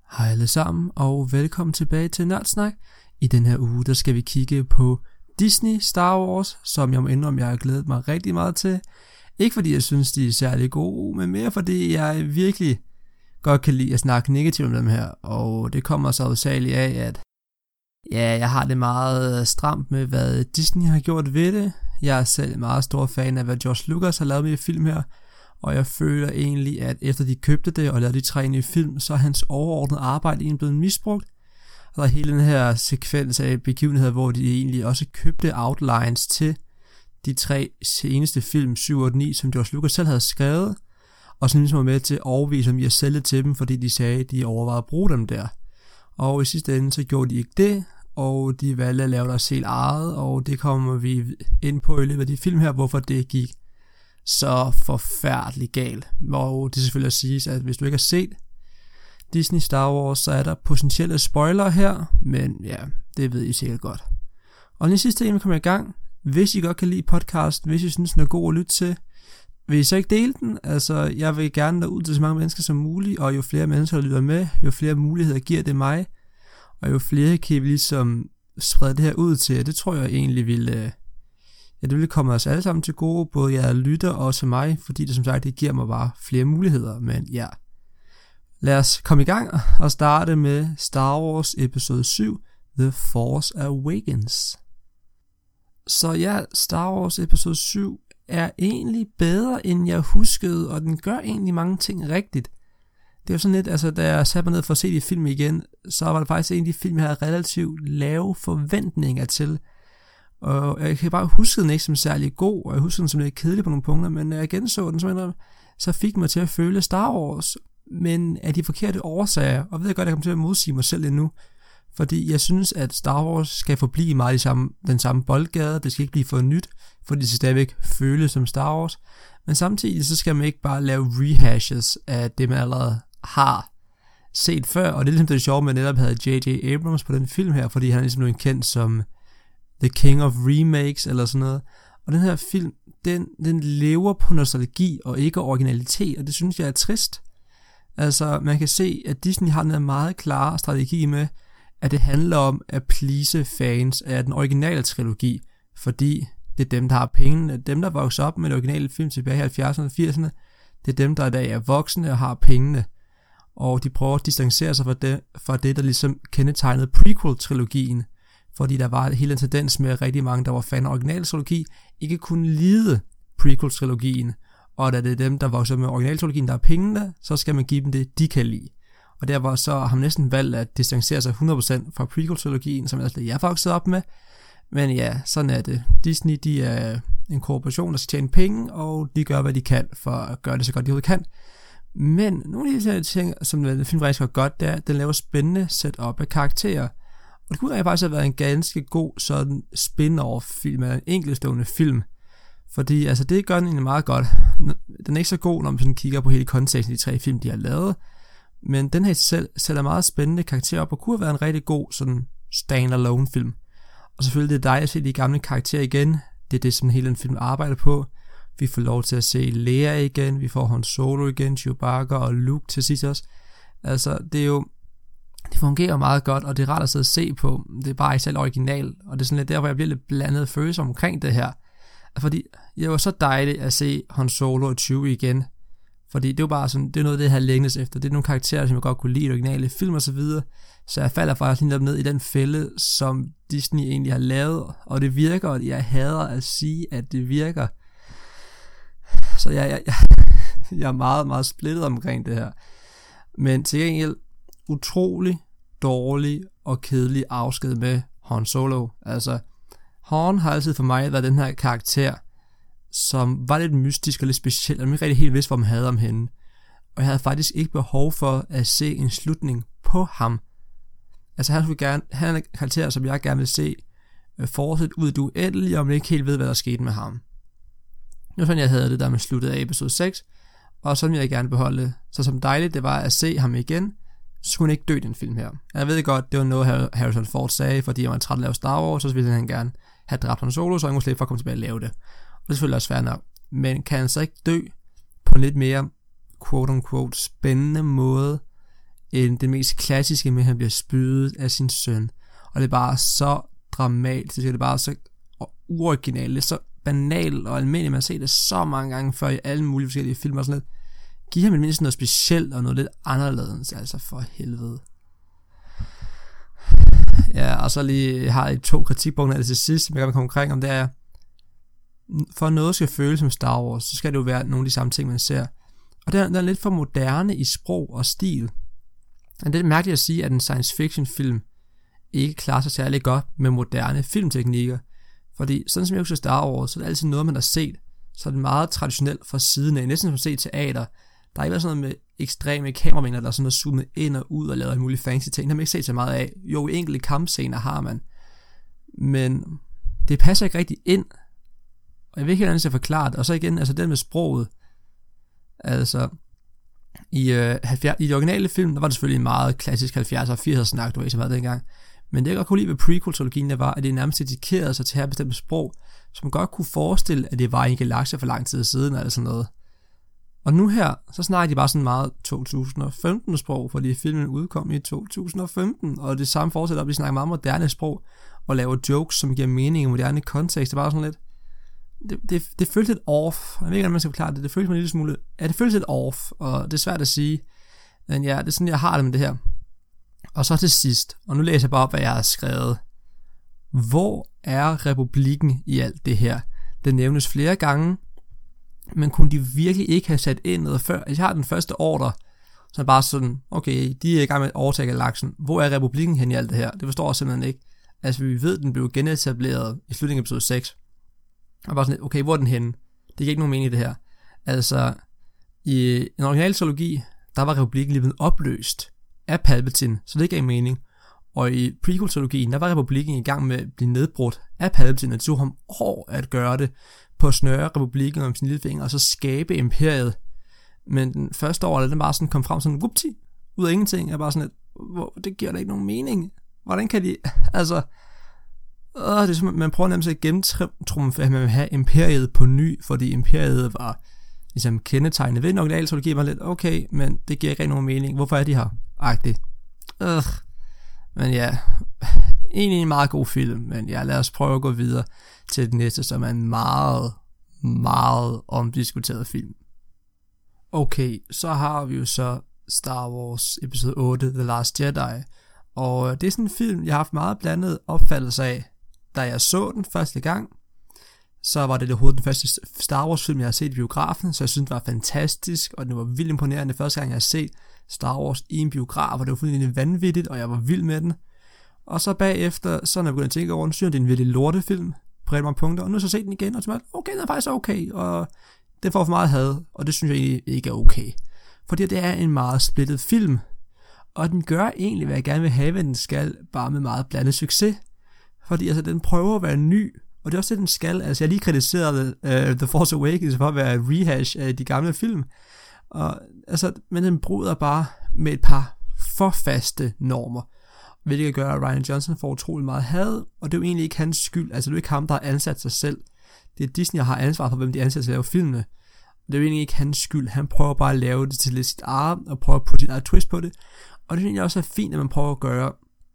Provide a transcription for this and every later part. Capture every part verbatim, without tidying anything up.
Hej alle sammen, og velkommen tilbage til Nørdsnak. I den her uge, der skal vi kigge på Disney Star Wars, som jeg må indrømme, jeg har glædet mig rigtig meget til. Ikke fordi jeg synes, de er særlig gode, men mere fordi jeg virkelig godt kan lide at snakke negativt om dem her. Og det kommer så udsageligt af, at ja, jeg har det meget stramt med, hvad Disney har gjort ved det. Jeg er selv meget stor fan af, hvad George Lucas har lavet med i film her. Og jeg føler egentlig, at efter de købte det og lavede de tre nye film, så er hans overordnede arbejde egentlig blevet misbrugt. Og der er hele den her sekvens af begivenheder, hvor de egentlig også købte outlines til de tre seneste film, syv, otte, ni, som George Lucas selv havde skrevet, og som ligesom var med til at overvise om I at sælge til dem, fordi de sagde, at de overvejede at bruge dem der. Og i sidste ende, så gjorde de ikke det, og de valgte at lave deres helt eget, og det kommer vi ind på i løbet af de film her, hvorfor det gik så forfærdeligt galt. Og det selvfølgelig at sige, at hvis du ikke har set Disney Star Wars, så er der potentielle spoilere her, men ja, det ved I sikkert godt. Og den sidste en, vi kommer i gang. Hvis I godt kan lide podcast, hvis I synes, den er god at lytte til, vil I så ikke dele den? Altså, jeg vil gerne derud til så mange mennesker som muligt, og jo flere mennesker, der lytter med, jo flere muligheder giver det mig, og jo flere kan vi ligesom sprede det her ud til. Det tror jeg egentlig vil, ja, det vil komme os alle sammen til gode, både jeg lytter og til mig, fordi det som sagt, det giver mig bare flere muligheder, men ja. Lad os komme i gang og starte med Star Wars episode syv, The Force Awakens. Så ja, Star Wars episode syv er egentlig bedre, end jeg huskede, og den gør egentlig mange ting rigtigt. Det er jo sådan lidt, altså da jeg satte mig ned for at se de film igen, så var det faktisk en af de film, jeg havde relativt lave forventninger til. Og jeg kan bare huske den ikke som særlig god, og jeg husker den som lidt kedelig på nogle punkter, men når jeg genså den, så, så fik den mig til at føle Star Wars, men af de forkerte årsager, og ved jeg godt, at jeg kommer til at modsige mig selv endnu, fordi jeg synes, at Star Wars skal forblive meget i samme, den samme boldgade, det skal ikke blive for nyt, fordi det skal stadigvæk føles som Star Wars, men samtidig så skal man ikke bare lave rehashes af det, man allerede har set før, og det er ligesom det sjove, man netop havde J J Abrams på den film her, fordi han er ligesom blevet kendt som The King of Remakes, eller sådan noget, og den her film, den, den lever på nostalgi, og ikke originalitet, og det synes jeg er trist. Altså, man kan se, at Disney har en meget klar strategi med, at det handler om at please fans af den originale trilogi, fordi det er dem, der har pengene, dem, der voksede op med den originale film tilbage i halvfjerdserne og firserne, det er dem, der i dag er voksne og har pengene, og de prøver at distancere sig fra det, fra det der ligesom kendetegnede prequel-trilogien, fordi der var hele en tendens med, at rigtig mange, der var fan af originaltrilogi, ikke kunne lide prequel-trilogien, og da det er dem, der voksede op med originaltrilogien, der har pengene, så skal man give dem det, de kan lide. Og der var så har man næsten valgt at distancere sig hundrede procent fra prequel-trilogien, som altså jeg voksede op med. Men ja, sådan er det. Disney, de er en korporation, der skal tjene penge, og de gør, hvad de kan for at gøre det så godt, de kan. Men nogle af de ting, som den film faktisk gør godt, det er, at den laver spændende setup af karakterer. Og det kunne faktisk have været en ganske god sådan spin-off-film, eller en enkeltstående film. Fordi altså, det gør den egentlig meget godt. Den er ikke så god, når man sådan kigger på hele konteksten i de tre film, de har lavet. Men den her selv sætter meget spændende karakterer op, og kunne have været en rigtig god sådan stand-alone film. Og selvfølgelig det er dig at se de gamle karakterer igen. Det er det, som hele den film arbejder på. Vi får lov til at se Leia igen, vi får Han Solo igen, Chewbacca og Luke til sidst også. Altså, det er jo, det fungerer meget godt, og det er rart at sidde og se på. Det er bare ikke selv original, og det er sådan lidt der, hvor jeg bliver lidt blandet følelser omkring det her. Fordi det var så dejligt at se Han Solo og Chewie igen. Fordi det er jo bare sådan, det er noget af det her længes efter. Det er nogle karakterer, som jeg godt kunne lide i originale film og så videre. Så jeg falder faktisk lige ned i den fælde, som Disney egentlig har lavet. Og det virker, og jeg hader at sige, at det virker. Så jeg, jeg, jeg, jeg er meget, meget splittet omkring det her. Men til gengæld, utrolig dårlig og kedelig afsked med Han Solo. Altså, Han har altid for mig været den her karakter, som var lidt mystisk og lidt speciel, og man ikke rigtig helt vidste, hvor man havde ham henne. Og jeg havde faktisk ikke behov for at se en slutning på ham. Altså han, skulle gerne, han er en karakter, som jeg gerne vil se fortsætte ud i det uendelige, og man ikke helt ved, hvad der skete med ham. Det var sådan, jeg havde det der med sluttet af episode seks, og sådan ville jeg gerne beholde. Så som dejligt det var at se ham igen, så skulle han ikke dø i den film her. Jeg ved godt, det var noget Harrison Ford sagde, fordi han var træt at lave Star Wars, så ville han gerne have dræbt Han Solo, så han kunne slet for at komme tilbage og lave det. Og det er selvfølgelig også fair nok. Men kan han så ikke dø på en lidt mere quote-unquote spændende måde, end det mest klassiske med, at han bliver spydet af sin søn. Og det er bare så dramatisk, det er bare så uoriginalt, det er så banalt og almindeligt, man har set det så mange gange før i alle mulige forskellige film og sådan lidt. Giv ham mindst noget specielt og noget lidt anderledes, altså for helvede. Ja, og så lige har jeg to kritikpunkter af det til sidst, som jeg kan komme omkring om, det er, for noget skal føles som Star Wars, så skal det jo være nogle af de samme ting, man ser. Og det er, det er lidt for moderne i sprog og stil. Og det er mærkeligt at sige, at en science fiction film ikke klarer sig særlig godt med moderne filmteknikker. Fordi sådan som jeg husker Star Wars, så er det altid noget, man har set. Så er det meget traditionelt fra siden af, næsten som at se teater. Der er ikke været sådan noget med ekstreme kameramængder, der er sådan noget zoomet ind og ud og lavet en mulig fancy ting. Det har man ikke set så meget af. Jo, i enkelte kampscener har man. Men det passer ikke rigtig ind. Og jeg vil ikke helt andet til at forklare det. Og så igen, altså det med sproget. Altså, i, øh, halvfjerds, i de originale film, der var det selvfølgelig en meget klassisk halvfjerdser og firser snak, du ved, som var dengang. Men det jeg godt kunne lide ved prequel-trilogien, det var, at det nærmest dedikerede sig til at have bestemt sprog, som man godt kunne forestille, at det var i en galakse for lang tid siden, eller sådan noget. Og nu her, så snakker de bare sådan meget to tusind og femten sprog, fordi filmen udkom i to tusind og femten, og det samme fortsætter op, at de snakker meget moderne sprog, og laver jokes, som giver mening i moderne kontekst. Det er bare sådan lidt, det, det, det føles lidt off. Jeg ved ikke, om man skal forklare det. Det føles en lille smule, ja, det føles lidt off, og det er svært at sige. Men ja, det er sådan, jeg har det med det her. Og så til sidst, og nu læser jeg bare op, hvad jeg har skrevet. Hvor er republikken i alt det her? Det nævnes flere gange, men kunne de virkelig ikke have sat ind noget før? Altså, jeg har den første ordre, så er bare sådan, okay, de er i gang med at overtage galaksen. Hvor er republikken hen i alt det her? Det forstår jeg simpelthen ikke. Altså, vi ved, den blev genetableret i slutningen af episode seks. Og bare sådan lidt, okay, hvor er den henne? Det giver ikke nogen mening i det her. Altså, i en original trilogi, der var republikken lige blevet opløst af Palpatine, så det gav mening. Og i prequel-trilogien, der var republikken i gang med at blive nedbrudt af Palpatine, og det tog ham år at gøre det, på at snøre republikken om sin lille finger, og så skabe imperiet. Men den første år, den bare sådan kom frem sådan, whoopty, ud af ingenting, er bare sådan lidt, det giver da ikke nogen mening. Hvordan kan de, altså, øh, det er som, man prøver nærmest at gennemtrumfe, at man vil have imperiet på ny, fordi imperiet var ligesom kendetegnet ved den originale trilogi, var lidt, okay, men det giver ikke rigtig nogen mening. Hvorfor er de her? Agtigt. Øh. Men ja, egentlig en meget god film, men ja, lad os prøve at gå videre til det næste, som er en meget, meget omdiskuteret film. Okay, så har vi jo så Star Wars episode otte, The Last Jedi, og det er sådan en film, jeg har haft meget blandet opfattelse af. Da jeg så den første gang, så var det overhovedet den første Star Wars film, jeg har set i biografen, så jeg synes, det var fantastisk, og det var vildt imponerende første gang, jeg har set Star Wars i en biograf, og det var fuldstændig vanvittigt, og jeg var vild med den. Og så bagefter, så når jeg begyndte at tænke over den, synes jeg, det er en virkelig lortefilm på rigtig mange punkter, og nu så set den igen, og så okay, den er faktisk okay, og det får for meget had, og det synes jeg egentlig ikke er okay. Fordi det er en meget splittet film, og den gør egentlig, hvad jeg gerne vil have, hvad den skal, bare med meget blandet succes. Fordi altså, den prøver at være ny, og det er også det, den skal. Altså, jeg lige kritiserede uh, The Force Awakens for at være et rehash af de gamle film, og altså, men den bryder bare med et par for faste normer, hvilket gør, at Rian Johnson får utrolig meget had, og det er jo egentlig ikke hans skyld. Altså, det er jo ikke ham, der har ansat sig selv. Det er Disney, der har ansvar for, hvem de ansætter til at lave filmene. Det er jo egentlig ikke hans skyld. Han prøver bare at lave det til lidt sit eget, og prøver at putte sit eget twist på det. Og det er egentlig også fint, at man prøver at gøre.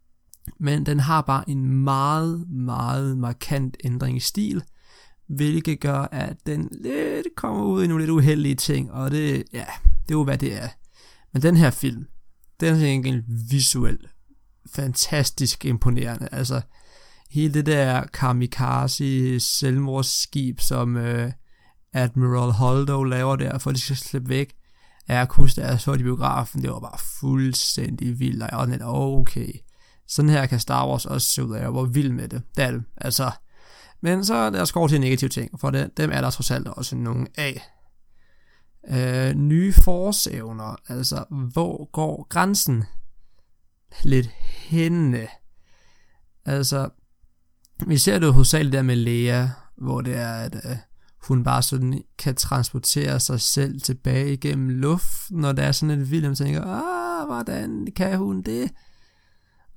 Men den har bare en meget, meget markant ændring i stil, hvilket gør, at den lidt kommer ud i nogle lidt uheldige ting, og det, ja, det er jo, hvad det er. Men den her film, den er egentlig visuelt fantastisk imponerende. Altså, hele det der kamikaze selvmordsskib, som øh, Admiral Holdo laver der, for at de skal slippe væk. Jeg kunne huske, da jeg så det i biografen, det var bare fuldstændig vildt, og jeg var lidt, okay, sådan her kan Star Wars også se ud af, jeg var vild med det. Det er det, altså. Men så lad os gå til negative ting, for det, dem er der trods alt også nogle af. Øh, nye force-evner, altså, hvor går grænsen lidt henne? Altså, vi ser det jo hovedsageligt der med Leia, hvor det er, at øh, hun bare sådan kan transportere sig selv tilbage igennem luften, når der er sådan et vildt, man tænker, ah, hvordan kan hun det?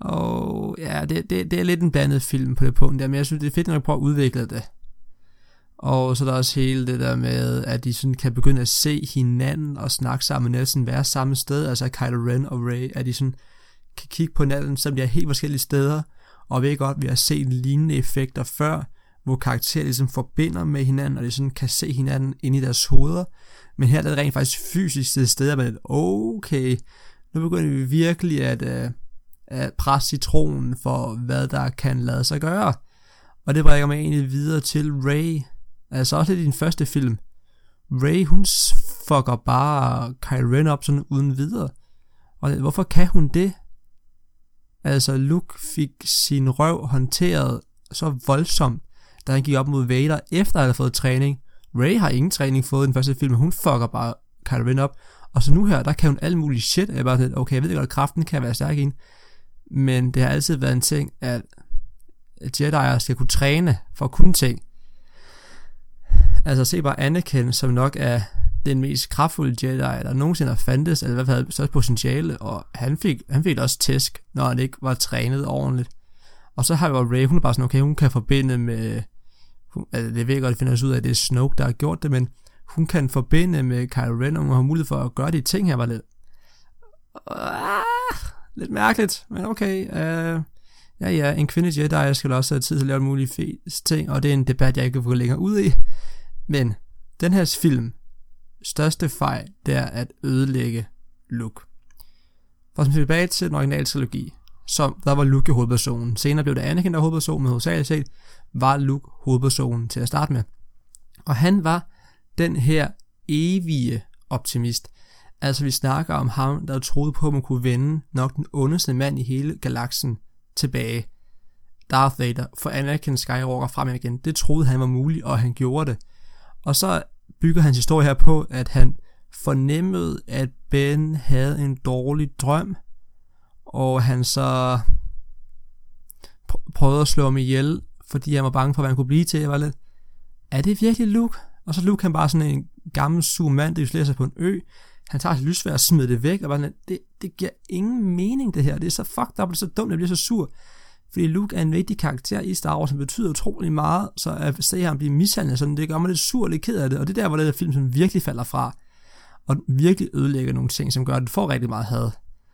Og ja, det, det, det er lidt en blandet film på det punkt der, men jeg synes, det er fedt, når jeg prøver at udvikle det. Og så er der også hele det der med, at de sådan kan begynde at se hinanden og snakke sammen, næsten være samme sted, altså Kylo Ren og Rey, at de sådan kan kigge på hinanden, som de er helt forskellige steder, og ved godt, vi har set lignende effekter før, hvor karakterer ligesom forbinder med hinanden, og de sådan kan se hinanden inde i deres hoveder, men her er det rent faktisk fysisk til steder, men okay, nu begynder vi virkelig at, uh, at presse citronen for, hvad der kan lade sig gøre, og det bringer mig egentlig videre til Rey, altså også lidt i den første film. Rey, hun fucker bare Kylo Ren op sådan uden videre, og hvorfor kan hun det? Altså, Luke fik sin røv håndteret så voldsomt, da han gik op mod Vader, efter at have fået træning. Rey har ingen træning fået i den første film, men hun fucker bare Kylo Ren op. Og så nu her, der kan hun alle mulige shit. Jeg er bare sådan, okay, jeg ved godt, at kraften kan være stærk i hende, men det har altid været en ting, at Jedi'er skal kunne træne for at kunne ting. Altså, se bare Anakin, som nok er den mest kraftfulde Jedi, der nogensinde har fandtes, eller i hvert fald havde størst potentiale, og han fik, han fik også tæsk, når han ikke var trænet ordentligt. Og så har vi jo Rey, hun er bare sådan, okay, hun kan forbinde med, hun, altså det ved jeg godt, at finder os ud af, at det er Snoke, der har gjort det, men hun kan forbinde med Kylo Ren, og hun har mulighed for at gøre de ting her, var lidt, uh, lidt mærkeligt, men okay, uh, ja ja, en kvinde Jedi skal også have tid til at lave mulige fede ting, og det er en debat, jeg ikke vil gå længere ud i, men den her film, største fejl, det er at ødelægge Luke. For som tilbage til den originale trilogi, så der var Luke hovedpersonen. Senere blev det Anakin, der var hovedpersonen, men hovedsageligt set var Luke hovedpersonen til at starte med. Og han var den her evige optimist. Altså vi snakker om ham, der troede på, at man kunne vende nok den ondeste mand i hele galaksen tilbage. Darth Vader, for Anakin Skywalker frem igen. Det troede han var muligt, og han gjorde det. Og så bygger hans historie her på, at han fornemmede, at Ben havde en dårlig drøm, og han så prøvede at slå ham ihjel, fordi han var bange for, hvad han kunne blive til. Jeg var lidt, er det virkelig Luke? Og så Luke, han bare sådan en gammel sur mand, der isolerer sig på en ø. Han tager sit lysværd og smider det væk, og bare sådan, det, det giver ingen mening det her. Det er så fucked up, og det er så dumt, jeg bliver så sur. Fordi Luke er en vigtig karakter i Star Wars, som betyder utrolig meget, så at se ham blive mishandlet, sådan, det gør mig lidt sur og lidt ked af det, og det er der, hvor det der film som virkelig falder fra, og virkelig ødelægger nogle ting, som gør, at det får rigtig meget had.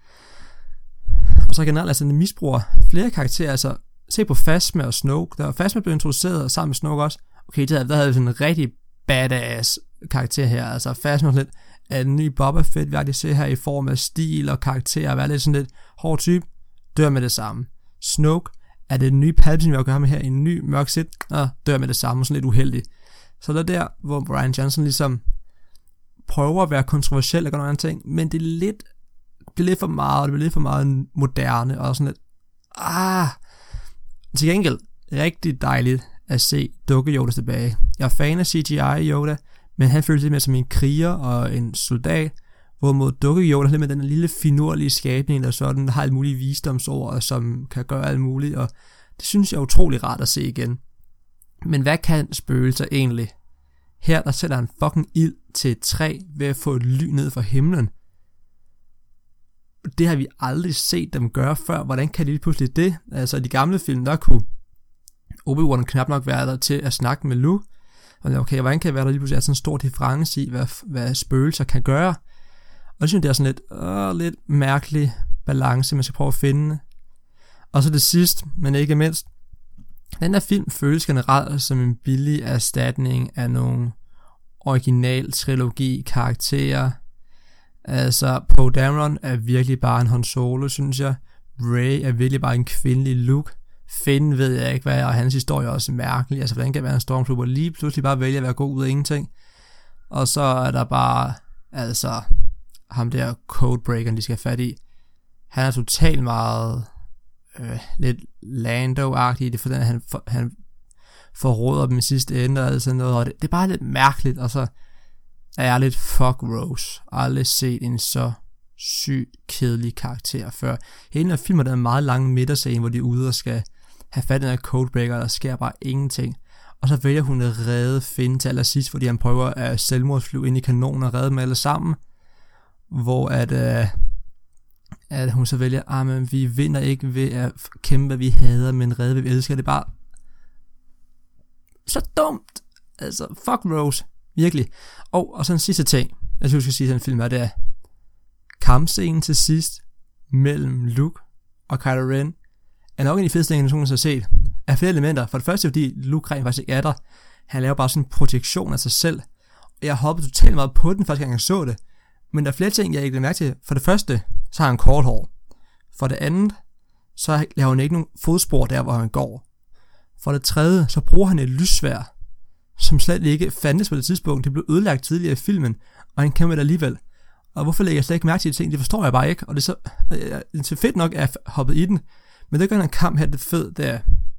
Og så generelt, altså, den misbruger flere karakterer, altså, se på Phasma og Snoke, der Phasma blev introduceret sammen med Snoke også, okay, der, der havde vi sådan en rigtig badass karakter her, altså Phasma lidt af den nye Boba Fett, vi har det se her i form af stil og karakter, og være lidt sådan lidt hård type, dør med det samme. Snoke er det nye Palpatine, vi har gøre med her, en ny mørk Sith, og dør med det samme, sådan lidt uheldig. Så det er der, hvor Rian Johnson ligesom prøver at være kontroversiel og gøre nogle andre ting, men det er lidt, det bliver lidt for meget, og det bliver lidt for meget moderne, og sådan lidt, ah, til gengæld, rigtig dejligt at se Dukke Yoda tilbage. Jeg er fan af C G I Yoda, men han føles lidt mere som en kriger og en soldat, hvorimod Dukke Yoda lidt med den lille finurlige skabning, der sådan, der har alle mulige visdomsord, som kan gøre alt muligt, og det synes jeg er utrolig rart at se igen. Men hvad kan spøgelser egentlig? Her, der sætter han fucking ild til et træ ved at få et ly ned fra himlen. Det har vi aldrig set dem gøre før. Hvordan kan de lige pludselig det? Altså, i de gamle film, der kunne Obi-Wan knap nok være der til at snakke med Luke. Og okay, hvordan kan det være, der lige pludselig er sådan en stor difference i, hvad, hvad spøgelser kan gøre? Og jeg synes, det er sådan lidt, øh, lidt mærkelig balance, man skal prøve at finde. Og så det sidste, men ikke mindst, den her film føles generelt som en billig erstatning af nogle original trilogi karakterer. Altså, Poe Dameron er virkelig bare en Han Solo, synes jeg. Rey er virkelig bare en kvindelig Luke. Finn ved jeg ikke hvad er, og hans historie er også mærkelig. Altså, hvordan kan det være en stormtrooper lige pludselig bare vælge at være god ud af ingenting? Og så er der bare, altså, ham der codebreakeren, de skal have fat i. Han er totalt meget øh, lidt Lando-agtig i det, for den, han, for, han forråder dem i sidste ende og alt sådan noget, og det, det er bare lidt mærkeligt, og så er jeg lidt fuck Rose. Jeg har aldrig set en så syg, kedelig karakter før. Hele den film er der en meget lang midterscene, hvor de er ude og skal have fat i den her codebreaker, og der sker bare ingenting. Og så vælger hun at redde Finn til allersidst, fordi han prøver at selvmordsflyve ind i kanonen og redde dem alle sammen. Hvor at, øh, at hun så vælger, ah, men vi vinder ikke ved at kæmpe, hvad vi hader, men redde, hvad vi elsker. Det er bare så dumt. Altså, fuck Rose. Virkelig. Og, og så en sidste ting, jeg synes, jeg skal sige sådan en film er, det er kampscenen til sidst mellem Luke og Kylo Ren er nok en af de fedeste ting, jeg har set. Af flere elementer. For det første, fordi Luke rent faktisk ikke er der. Han laver bare sådan en projektion af sig selv. Og jeg hoppede totalt meget på den første gang, jeg så det. Men der er flere ting, jeg ikke lagde mærke til. For det første, så har han kort hår. For det andet, så laver han ikke nogen fodspor der, hvor han går. For det tredje, så bruger han et lyssværd, som slet ikke fandtes på det tidspunkt. Det blev ødelagt tidligere i filmen, og han kæmper det alligevel. Og hvorfor lægger jeg slet ikke mærke til de ting? Det forstår jeg bare ikke. Og det er så, det er så fedt nok, at jeg hoppet i den. Men det gør en kamp her, det er fedt, det er...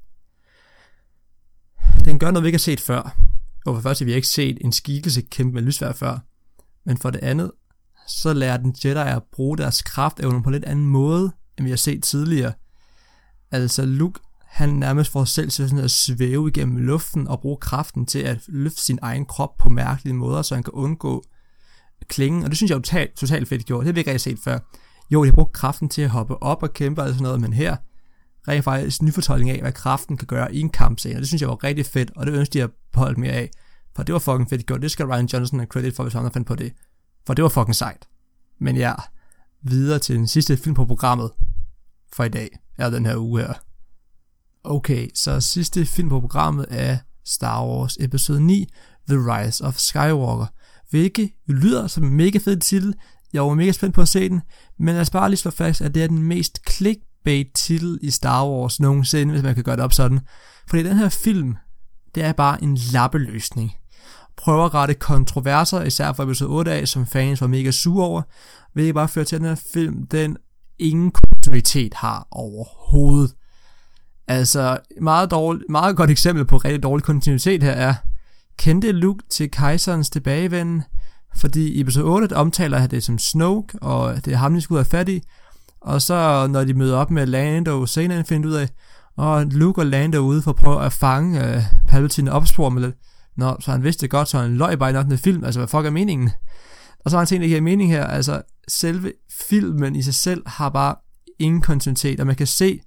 Den gør noget, vi ikke har set før. Og for det første, vi har ikke set en skikkelse kæmpe med lyssværd før. Men for det andet, så lærer den Jedi at bruge deres kraftevner på en lidt anden måde, end vi har set tidligere. Altså Luke, han nærmest får selv sådan at svæve igennem luften og bruge kraften til at løfte sin egen krop på mærkelige måder, så han kan undgå klingen. Og det synes jeg er totalt, totalt fedt gjort. Det har vi ikke rigtig set før. Jo, de har brugt kraften til at hoppe op og kæmpe og sådan noget, men her rent faktisk en nyfortolkning af, hvad kraften kan gøre i en kampscene. Og det synes jeg var rigtig fedt, og det ønsker jeg at holde mere af. For det var fucking fedt gjort. Det skal Rian Johnson have credit for, hvis han har fundet på det. For det var fucking sejt. Men ja, videre til den sidste film på programmet for i dag, er den her uge her. Okay, så sidste film på programmet er Star Wars episode ni, The Rise of Skywalker. Hvilket lyder som en mega fed titel. Jeg var mega spændt på at se den, men lad os bare lige slå fast, at det er den mest clickbait titel i Star Wars nogensinde, hvis man kan gøre det op sådan. Fordi den her film, det er bare en lappeløsning. Prøver at rette kontroverser, især for episode otte af, som fans var mega sure over, hvilket bare føre til, at den her film, den ingen kontinuitet har overhovedet. Altså, meget, dårlig, meget godt eksempel på rigtig dårlig kontinuitet her er, kendte Luke til kejserens tilbagevenden, fordi i episode otte omtaler han det som Snoke, og det er ham, de skulle have fat i, og så når de møder op med Lando, senere finder ud af, og Luke og Lando er ude for at prøve at fange uh, Palpatine og opspore med lidt. Nå, så han vidste det godt, så han løg bare i den film. Altså, hvad fuck er meningen? Og så har han tænkt, at det giver mening her. Altså, selve filmen i sig selv har bare ingen kontinuitet, og man kan se,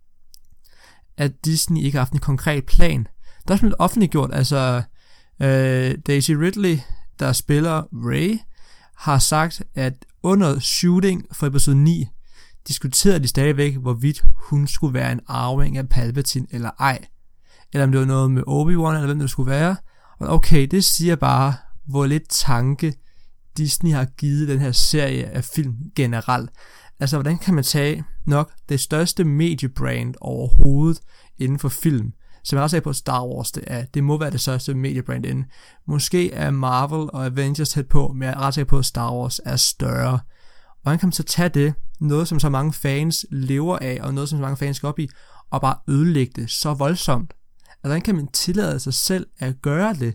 at Disney ikke har haft en konkret plan. Der er også blevet offentliggjort, altså, øh, Daisy Ridley, der spiller Rey, har sagt, at under shooting for episode ni, diskuterede de stadigvæk, hvorvidt hun skulle være en arving af Palpatine eller ej. Eller om det var noget med Obi-Wan, eller hvem det skulle være. Og okay, det siger bare, hvor lidt tanke Disney har givet den her serie af film generelt. Altså, hvordan kan man tage nok det største mediebrand overhovedet inden for film, som jeg også sagde på Star Wars, det er, det må være det største mediebrand inden. Måske er Marvel og Avengers tæt på, men jeg er ret sikker på, at Star Wars er større. Hvordan kan man så tage det, noget som så mange fans lever af, og noget som så mange fans skal op i, og bare ødelægge det så voldsomt? Altså, hvordan kan man tillade sig selv at gøre det?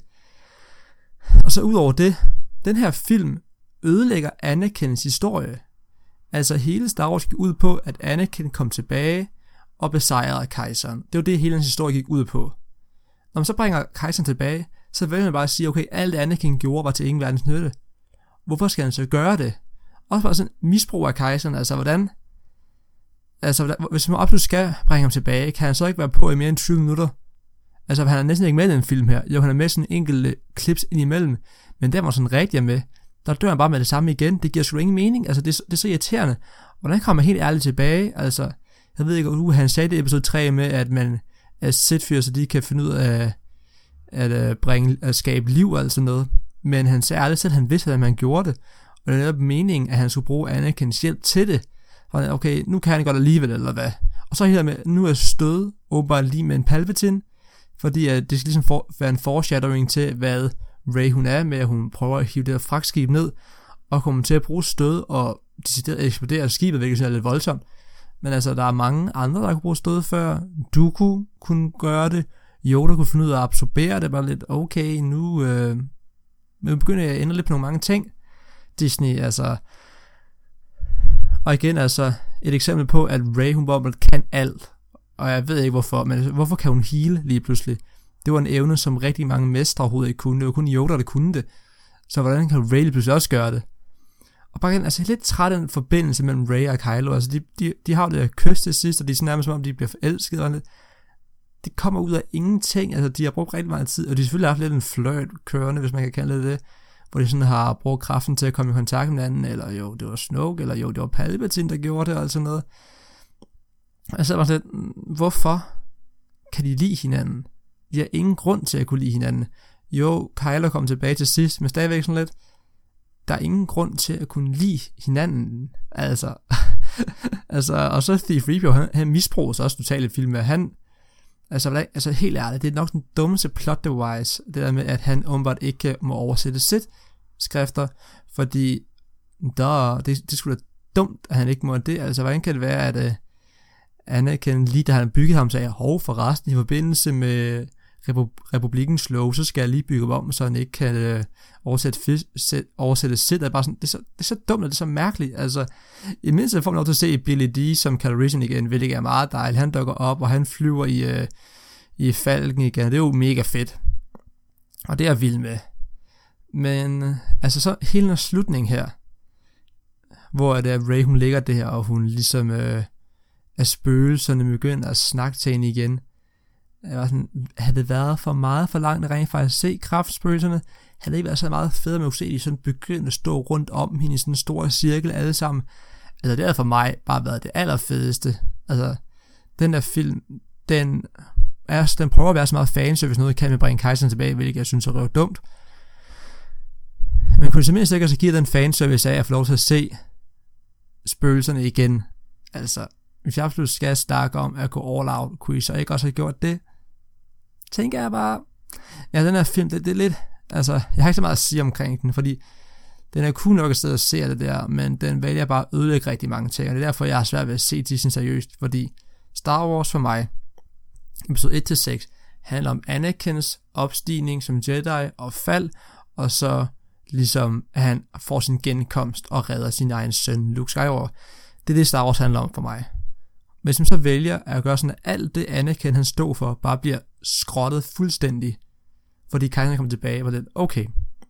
Og så ud over det, den her film ødelægger Anakins historie. Altså hele Star Wars gik ud på, at Anakin kom tilbage og besejrede kejseren. Det var det, hele hans historie gik ud på. Når man så bringer kejseren tilbage, så vil man bare sige, okay, alt Anakin gjorde var til ingen verdens nytte. Hvorfor skal han så gøre det? Også bare sådan misbrug af kejseren, altså hvordan... Altså, hvis man absolut skal bringe ham tilbage, kan han så ikke være på i mere end tyve minutter? Altså, han er næsten ikke med i den film her. Jo, han er med sådan enkelte clips ind imellem, men der var sådan rigtig med. Der dør han bare med det samme igen. Det giver sgu ingen mening. Altså, det, det er så irriterende. Hvordan kommer man helt ærligt tilbage? Altså, jeg ved ikke, uh, han sagde det i episode tre med, at man er Sith-fyr, så de kan finde ud af at, at, bringe, at skabe liv og alt sådan noget. Men han sagde ærligt selv, at han vidste, at man gjorde det. Og det er netop meningen, at han skulle bruge Anakins hjælp til det. For okay, nu kan han godt alligevel, eller hvad? Og så helt med, nu er stød åbenbart lige med en Palpatine, fordi at det skal ligesom for, være en foreshadowing til, hvad Rey hun er med, at hun prøver at hive det her fragtskib ned, og kommer til at bruge stød og decideret eksplodere skibet, hvilket er lidt voldsomt. Men altså, der er mange andre, der kunne bruge stød før. Dooku kunne gøre det. Yoda kunne finde ud af at absorbere det, bare lidt, okay, nu øh, nu begynder jeg at ændre lidt på nogle mange ting. Disney, altså... Og igen, altså, et eksempel på, at Rey, hun bare kan alt. Og jeg ved ikke hvorfor, men hvorfor kan hun heale lige pludselig? Det var en evne, som rigtig mange mestre overhovedet ikke kunne. Det var kun Yoda, der kunne det. Så hvordan kan Rey lige pludselig også gøre det? Og bare igen, altså jeg er lidt træt af den forbindelse mellem Rey og Kylo. Altså de, de, de har jo det her kys til sidst, og de er sådan nærmest som om, de bliver forelsket. Og det det kommer ud af ingenting. Altså, de har brugt rigtig meget tid, og de har selvfølgelig haft lidt en flirt kørende, hvis man kan kalde det det, hvor de sådan har brugt kraften til at komme i kontakt med hinanden, eller jo, det var Snoke, eller jo, det var Palpatine, der gjorde det, og sådan noget. Altså, var sådan, hvorfor kan de lide hinanden? De har ingen grund til at kunne lide hinanden. Jo, Kylo kom tilbage til sidst, men stadigvæk sådan lidt, der er ingen grund til at kunne lide hinanden. Altså, altså og så Thief Review, han, han misbruger sig også totalt i filmen. Han, altså, altså helt ærligt, det er nok den dummeste plot device, det der med, at han åbenbart ikke må oversætte sit skrifter, fordi der, det, det skulle da dumt, at han ikke må det. Altså, hvordan kan det være, at uh, Anakin, lige da han byggede ham, sagde, hov, forresten, i forbindelse med Repu- Republikkens lov, så skal jeg lige bygge om, så han ikke kan øh, oversætte, fis- sæt, oversætte sit. Det er, bare sådan, det, er så, det er så dumt, og det er så mærkeligt. Altså, i mindst får man lov til at se Billy D. som Calrissian igen, hvilket er meget dejligt. Han dukker op, og han flyver i, øh, i falken igen. Det er jo mega fedt. Og det er jeg vild med. Men, øh, altså så hele den slutning her, hvor det er Rey, hun ligger der, og hun ligesom øh, er spøgelserne begynder at snakke til hende igen. Jeg var sådan, havde det været for meget for langt at rent faktisk se kraftspøgelserne, havde det ikke været så meget fedt med at se de sådan begynde at stå rundt om hende i sådan en stor cirkel alle sammen. Altså det havde for mig bare været det allerfedeste. Altså den der film, den, er, den prøver at være så meget fanservice, noget kan med bringe kejseren tilbage, hvilket jeg synes er røv dumt. Men kunne det simpelthen ikke så give den fanservice af at få lov til at se spøgelserne igen. Altså hvis jeg absolut skal snakke om at gå all out, kunne I så ikke også have gjort det? Tænker jeg bare, ja, den her film, det, det er lidt, altså, jeg har ikke så meget at sige omkring den, fordi den er cool nok at sidde og se det der, men den vælger bare at ødelægge rigtig mange ting, og det er derfor, jeg har svært ved at se Disney seriøst, fordi Star Wars for mig, episode et til seks, handler om Anakins opstigning som Jedi og fald, og så ligesom, at han får sin genkomst og redder sin egen søn, Luke Skywalker. Det er det, Star Wars handler om for mig. Hvis man så vælger at gøre sådan, at alt det Anakin han stod for, bare bliver skrottet fuldstændig, fordi kejseren kommer tilbage, og det okay,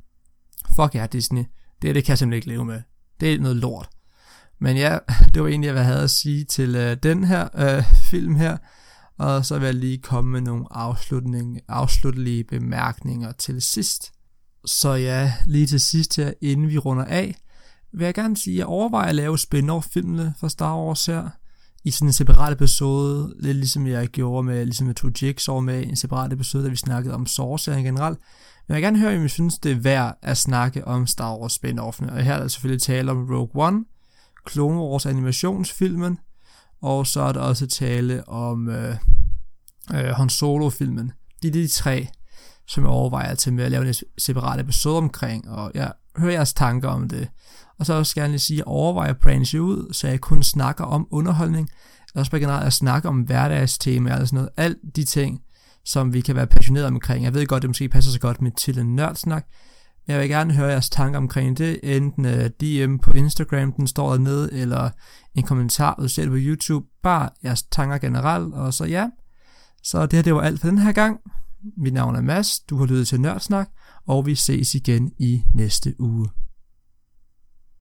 fuck ja, Disney, det, det kan jeg simpelthen ikke leve med. Det er noget lort. Men ja, det var egentlig, hvad jeg havde at sige til øh, den her øh, film her, og så vil jeg lige komme med nogle afslutning, afsluttelige bemærkninger til sidst. Så ja, lige til sidst her, inden vi runder af, vil jeg gerne sige, at jeg overvejer at lave spin-off-filmene fra Star Wars her, i sådan en separat episode, lidt ligesom jeg gjorde med, ligesom jeg tog Jigsaw med en separat episode, da vi snakkede om Saw-serien generelt. Men jeg vil gerne høre, om I synes, det er værd at snakke om Star Wars spin-offene. Og her er der selvfølgelig tale om Rogue One, Clone Wars animationsfilmen, og så er der også tale om øh, øh, Han Solo-filmen. Det er de tre, som jeg overvejer til med at lave en separat episode omkring, og jeg hører jeres tanker om det. Og så også gerne lige sige, at jeg overvejer at branche ud, så jeg kun snakker om underholdning, og også bare generelt at snakke om hverdagstema eller sådan noget. Alt de ting, som vi kan være passionerede omkring. Jeg ved godt, det måske passer så godt med til en nørdsnak, men jeg vil gerne høre jeres tanker omkring det, enten uh, D M på Instagram, den står dernede, eller en kommentar, du ser det på YouTube. Bare jeres tanker generelt, og så ja. Så det her, det var alt for den her gang. Mit navn er Mads, du har lyttet til Nørdsnak, og vi ses igen i næste uge.